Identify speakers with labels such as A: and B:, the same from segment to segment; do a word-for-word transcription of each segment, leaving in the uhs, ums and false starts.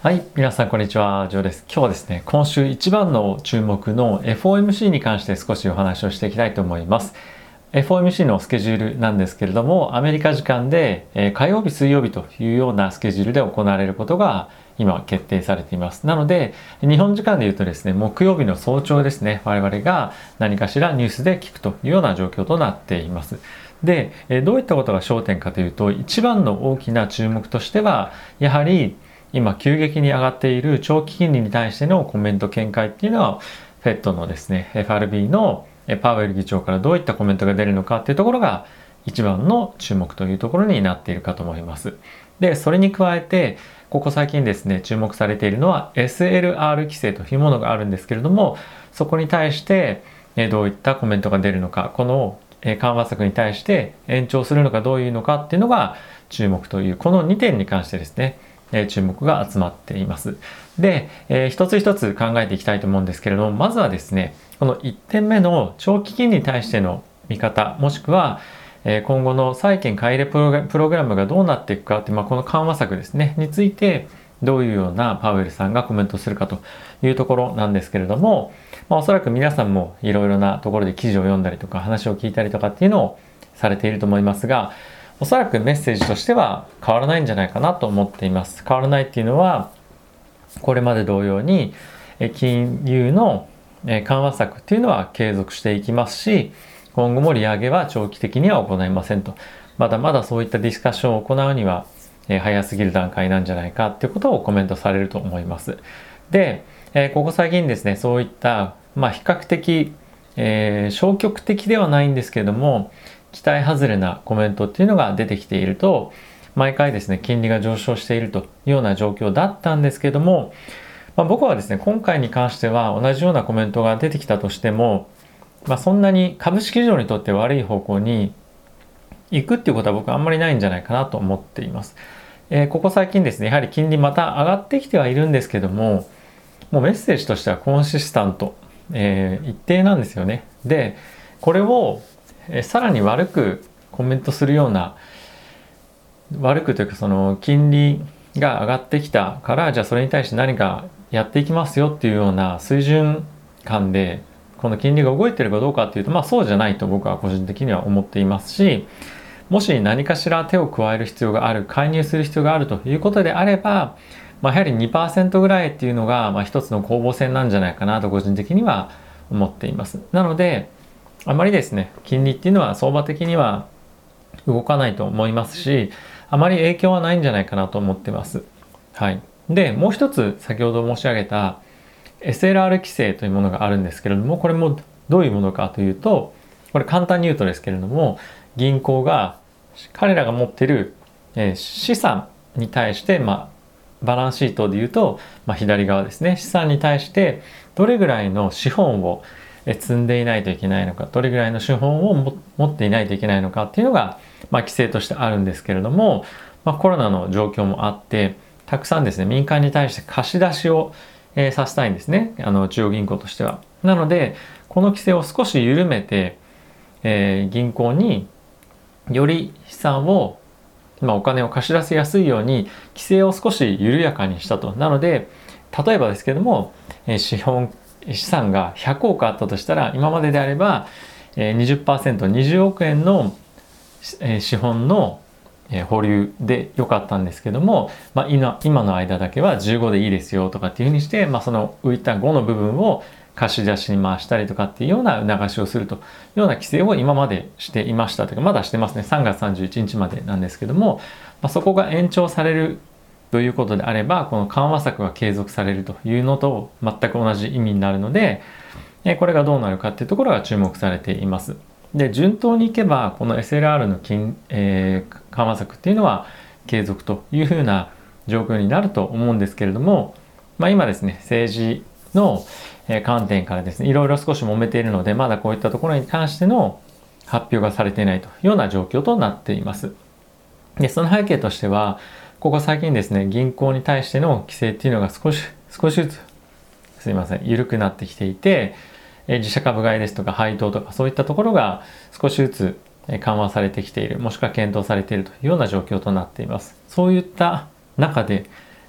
A: はい、皆さんこんにちは、ジョーです。今日はですね、今週一番の注目の エフオーエムシー に関して少しお話をしていきたいと思います。エフオーエムシー のスケジュールなんですけれども、アメリカ時間で、えー、火曜日、水曜日というようなスケジュールで行われることが今決定されています。なので、日本時間で言うとですね、木曜日の早朝ですね、我々が何かしらニュースで聞くというような状況となっています。で、えー、どういったことが焦点かというと、一番の大きな注目としては、やはり今急激に上がっている長期金利に対してのコメント見解っていうのは フェット のですね エフアールビー のパウエル議長からどういったコメントが出るのかっていうところが一番の注目というところになっているかと思います。で、それに加えてここ最近ですね注目されているのは エスエルアール 規制というものがあるんですけれども、そこに対してどういったコメントが出るのか、この緩和策に対して延長するのかどういうのかっていうのが注目という、このにてんに関してですね注目が集まっています。で、えー、一つ一つ考えていきたいと思うんですけれども、まずはですね、このいってんめの長期金利に対しての見方、もしくは、えー、今後の債券買い入れプログラプログラムがどうなっていくかって、まあ、この緩和策ですね、についてどういうようなパウエルさんがコメントするかというところなんですけれども、まあ、おそらく皆さんもいろいろなところで記事を読んだりとか話を聞いたりとかっていうのをされていると思いますが、おそらくメッセージとしては変わらないんじゃないかなと思っています。変わらないっていうのは、これまで同様に金融の緩和策っていうのは継続していきますし、今後も利上げは長期的には行いませんと。まだまだそういったディスカッションを行うには早すぎる段階なんじゃないかっていうことをコメントされると思います。で、ここ最近ですね、そういった、まあ、比較的、えー、消極的ではないんですけれども、期待外れなコメントっていうのが出てきていると、毎回ですね金利が上昇しているというような状況だったんですけども、まあ、僕はですね今回に関しては同じようなコメントが出てきたとしても、まあ、そんなに株式市場にとって悪い方向に行くっていうことは僕はあんまりないんじゃないかなと思っています。えー、ここ最近ですねやはり金利また上がってきてはいるんですけども、もうメッセージとしてはコンシスタント、えー、一定なんですよね。で、これをえさらに悪くコメントするような、悪くというかその金利が上がってきたからじゃあそれに対して何かやっていきますよっていうような水準感でこの金利が動いているかどうかっていうと、まあそうじゃないと僕は個人的には思っていますし、もし何かしら手を加える必要がある、介入する必要があるということであれば、まあ、やはり にパーセント ぐらいっていうのがまあ一つの攻防戦なんじゃないかなと個人的には思っています。なのであまりですね金利っていうのは相場的には動かないと思いますし、あまり影響はないんじゃないかなと思ってます。はい。で、もう一つ先ほど申し上げた エスエルアール 規制というものがあるんですけれども、これもどういうものかというと、これ簡単に言うとですけれども、銀行が彼らが持っている資産に対して、まあバランスシートで言うと、まあ、左側ですね、資産に対してどれぐらいの資本を積んでいないといけないのか、どれぐらいの資本を持っていないといけないのかっていうのが、まあ、規制としてあるんですけれども、まあ、コロナの状況もあってたくさんですね民間に対して貸し出しを、えー、させたいんですね、あの中央銀行としては。なのでこの規制を少し緩めて、えー、銀行により資産を、まあ、お金を貸し出せやすいように規制を少し緩やかにしたと。なので例えばですけども、えー、資本資産がひゃくおくあったとしたら、今までであれば にじゅっパーセント、にじゅうおくえんの資本の保留で良かったんですけども、まあ、今, 今の間だけはじゅうごでいいですよとかっていうふうにして、まあ、その浮いたごの部分を貸し出しに回したりとかっていうような促しをするというような規制を今までしていましたというか、まだしてますね。さんがつさんじゅういちにちまでなんですけども、まあ、そこが延長されるということであれば、この緩和策が継続されるというのと全く同じ意味になるので、これがどうなるかっていうところが注目されています。で、順当にいけばこの エスエルアール の金、えー、緩和策っていうのは継続というふうな状況になると思うんですけれども、まあ、今ですね政治の観点からですねいろいろ少し揉めているので、まだこういったところに関しての発表がされていないというような状況となっています。で、その背景としてはここ最近ですね銀行に対しての規制っていうのが少し少しずつすいません緩くなってきていて、自社株買いですとか配当とかそういったところが少しずつ緩和されてきている、もしくは検討されているというような状況となっています。そういった中で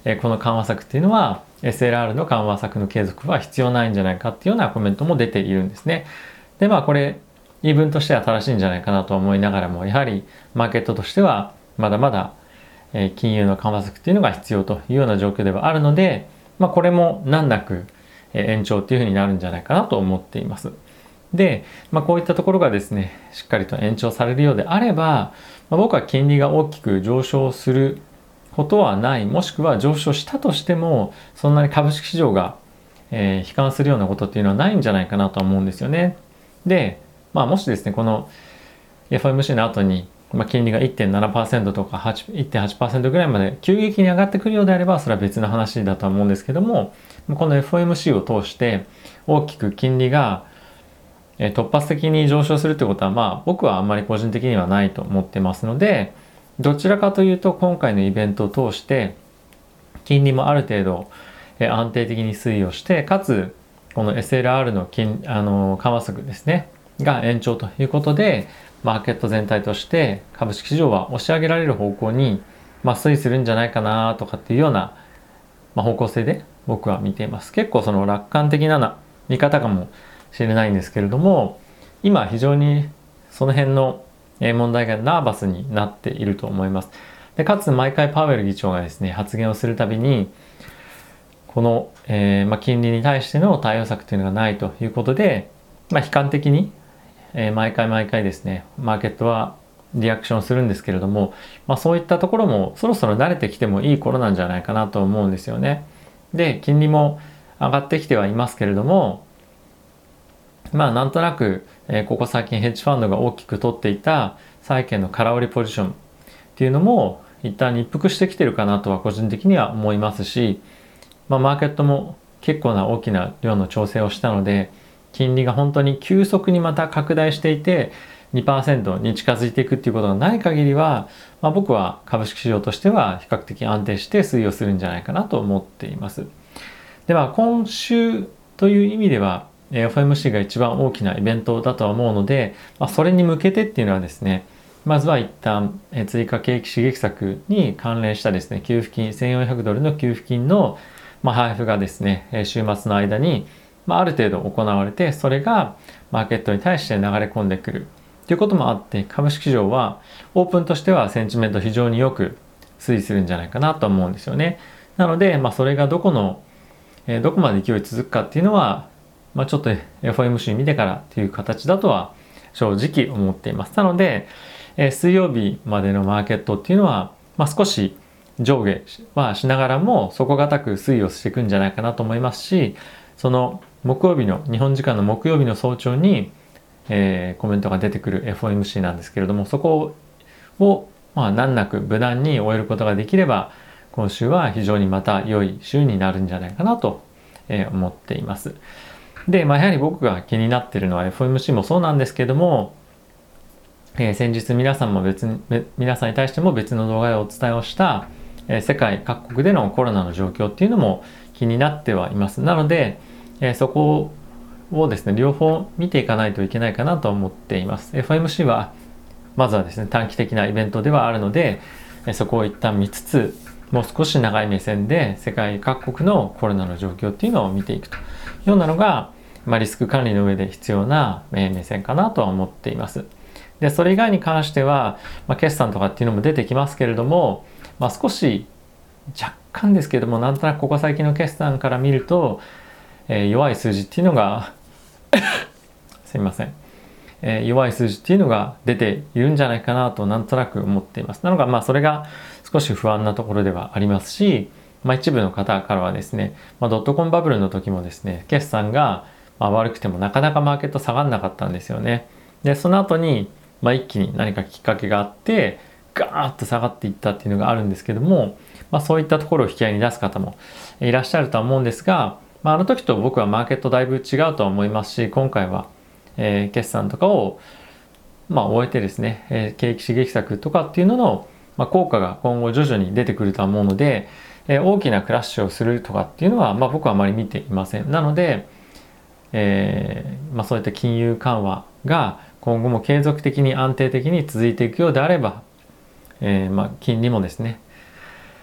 A: えー、この緩和策っていうのは エスエルアール の緩和策の継続は必要ないんじゃないかっていうようなコメントも出ているんですね。でまあこれ言い分としては正しいんじゃないかなと思いながらも、やはりマーケットとしてはまだまだ金融の緩和策っていうのが必要というような状況ではあるので、まあ、これも難なく延長っていうふうになるんじゃないかなと思っています。で、まあ、こういったところがですねしっかりと延長されるようであれば、まあ、僕は金利が大きく上昇することはない、もしくは上昇したとしてもそんなに株式市場が、えー、悲観するようなことっていうのはないんじゃないかなと思うんですよね。で、まあ、もしですねこの エフオーエムシー の後にまあ、金利が いってんななパーセント とか いってんはちパーセント ぐらいまで急激に上がってくるようであればそれは別の話だと思うんですけども、この エフオーエムシー を通して大きく金利が突発的に上昇するということはまあ僕はあんまり個人的にはないと思ってますので、どちらかというと今回のイベントを通して金利もある程度安定的に推移をして、かつこの エスエルアール の金あの緩和策ですねが延長ということで、マーケット全体として株式市場は押し上げられる方向に、まあ、推移するんじゃないかなとかっていうような、まあ、方向性で僕は見ています。結構その楽観的な見方かもしれないんですけれども、今非常にその辺の問題がナーバスになっていると思います。でかつ毎回パウエル議長がですね発言をするたびにこの、えーまあ、金利に対しての対応策というのがないということで、まあ、悲観的にえー、毎回毎回ですねマーケットはリアクションするんですけれども、まあ、そういったところもそろそろ慣れてきてもいい頃なんじゃないかなと思うんですよね。で金利も上がってきてはいますけれども、まあなんとなく、えー、ここ最近ヘッジファンドが大きく取っていた債券の空売りポジションっていうのも一旦日服してきてるかなとは個人的には思いますし、まあ、マーケットも結構な大きな量の調整をしたので、金利が本当に急速にまた拡大していて にパーセント に近づいていくっていうことがない限りは、まあ、僕は株式市場としては比較的安定して推移をするんじゃないかなと思っています。では今週という意味では エフオーエムシー が一番大きなイベントだとは思うので、まあ、それに向けてっていうのはですね、まずは一旦追加景気刺激策に関連したですね給付金せんよんひゃくドルの給付金のまあ配布がですね週末の間にまあ、ある程度行われて、それがマーケットに対して流れ込んでくるということもあって、株式市場はオープンとしてはセンチメント非常によく推移するんじゃないかなと思うんですよね。なので、まあ、それがどこの、えー、どこまで勢い続くかっていうのは、まあ、ちょっと エフオーエムシー 見てからっていう形だとは正直思っています。なので、えー、水曜日までのマーケットっていうのは、まあ、少し上下はしながらも底堅く推移をしていくんじゃないかなと思いますし、その木曜日の日本時間の木曜日の早朝に、えー、コメントが出てくる エフオーエムシー なんですけれども、そこをまあ難なく無難に終えることができれば今週は非常にまた良い週になるんじゃないかなと思っています。で、まあ、やはり僕が気になっているのは エフオーエムシー もそうなんですけれども、えー、先日皆さんも別に皆さんに対しても別の動画でお伝えをした、えー、世界各国でのコロナの状況っていうのも気になってはいます。なのでえー、そこをですね両方見ていかないといけないかなと思っています。 エフオーエムシー はまずはですね短期的なイベントではあるので、えー、そこを一旦見つつもう少し長い目線で世界各国のコロナの状況っていうのを見ていくというようなのが、まあ、リスク管理の上で必要な目線かなとは思っています。でそれ以外に関しては、まあ、決算とかっていうのも出てきますけれども、まあ、少し若干ですけどもなんとなくここ最近の決算から見るとえー、弱い数字っていうのがすみません、えー、弱い数字っていうのが出ているんじゃないかなとなんとなく思っています。なのでまあそれが少し不安なところではありますし、まあ、一部の方からはですね、まあ、ドットコムバブルの時もですね決算がまあ悪くてもなかなかマーケット下がんなかったんですよね。でその後にまあ一気に何かきっかけがあってガーッと下がっていったっていうのがあるんですけども、まあ、そういったところを引き合いに出す方もいらっしゃるとは思うんですが、まあ、あの時と僕はマーケットだいぶ違うとは思いますし、今回は、えー、決算とかを、まあ、終えてですね、えー、景気刺激策とかっていうのの、まあ、効果が今後徐々に出てくるとは思うので、えー、大きなクラッシュをするとかっていうのは、まあ、僕はあまり見ていません。なので、えーまあ、そういった金融緩和が今後も継続的に安定的に続いていくようであれば、えーまあ、金利もですね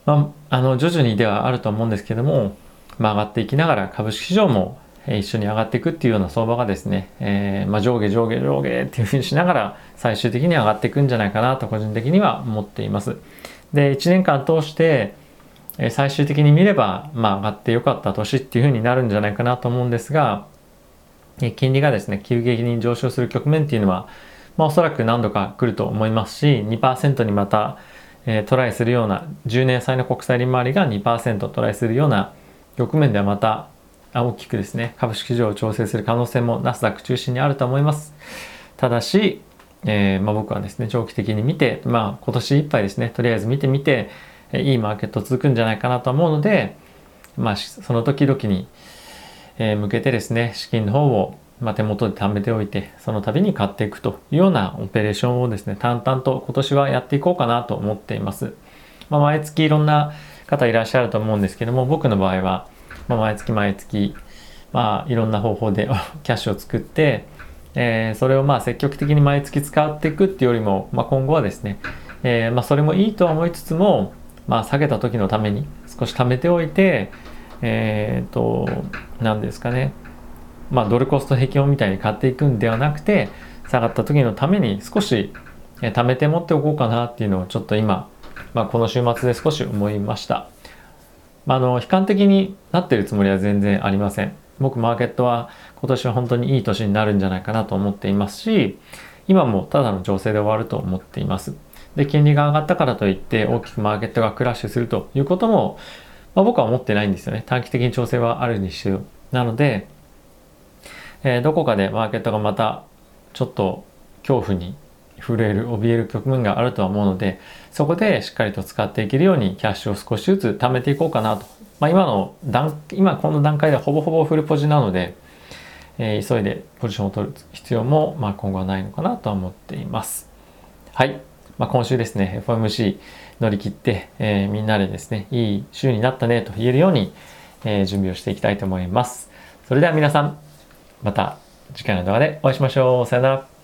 A: まあ、あの徐々にではあると思うんですけども、まあ、上がっていきながら株式市場も一緒に上がっていくっていうような相場がですね、えーまあ、上下上下上下っていうふうにしながら最終的に上がっていくんじゃないかなと個人的には思っています。で、いちねんかん通して最終的に見れば、まあ、上がってよかった年っていうふうになるんじゃないかなと思うんですが、金利がですね急激に上昇する局面っていうのは、まあ、おそらく何度か来ると思いますし、 にパーセント にまた、えー、トライするようなじゅうねん債の国債利回りが にパーセント トライするような局面ではまた大きくですね株式市場を調整する可能性もナスダック中心にあると思います。ただし、えーまあ、僕はですね長期的に見て、まあ、今年いっぱいですねとりあえず見てみて、いいマーケット続くんじゃないかなと思うので、まあ、その時々に向けてですね資金の方を手元で貯めておいて、その度に買っていくというようなオペレーションをですね淡々と今年はやっていこうかなと思っています。まあ、毎月いろんな方いらっしゃると思うんですけども、僕の場合は、まあ、毎月毎月、まあ、いろんな方法でキャッシュを作って、えー、それをまあ積極的に毎月使っていくっていうよりも、まあ、今後はですね、えーまあ、それもいいとは思いつつも、まあ、下げた時のために少し貯めておいて、えー、と何ですかね、まあ、ドルコスト平均みたいに買っていくんではなくて、下がった時のために少し貯めて持っておこうかなっていうのをちょっと今、まあ、この週末で少し思いました。まあ、あの悲観的になってるつもりは全然ありません。僕マーケットは今年は本当にいい年になるんじゃないかなと思っていますし、今もただの調整で終わると思っています。で、金利が上がったからといって大きくマーケットがクラッシュするということも、まあ、僕は思ってないんですよね。短期的に調整はあるにしろ。なので、えー、どこかでマーケットがまたちょっと恐怖に震える怯える局面があるとは思うので、そこでしっかりと使っていけるようにキャッシュを少しずつ貯めていこうかなと。まあ、今の段今この段階ではほぼほぼフルポジなので、えー、急いでポジションを取る必要も、まあ、今後はないのかなとは思っています。はい、まあ、今週ですね エフオーエムシー 乗り切って、えー、みんなでですねいい週になったねと言えるように、えー、準備をしていきたいと思います。それでは皆さん、また次回の動画でお会いしましょう。さよなら。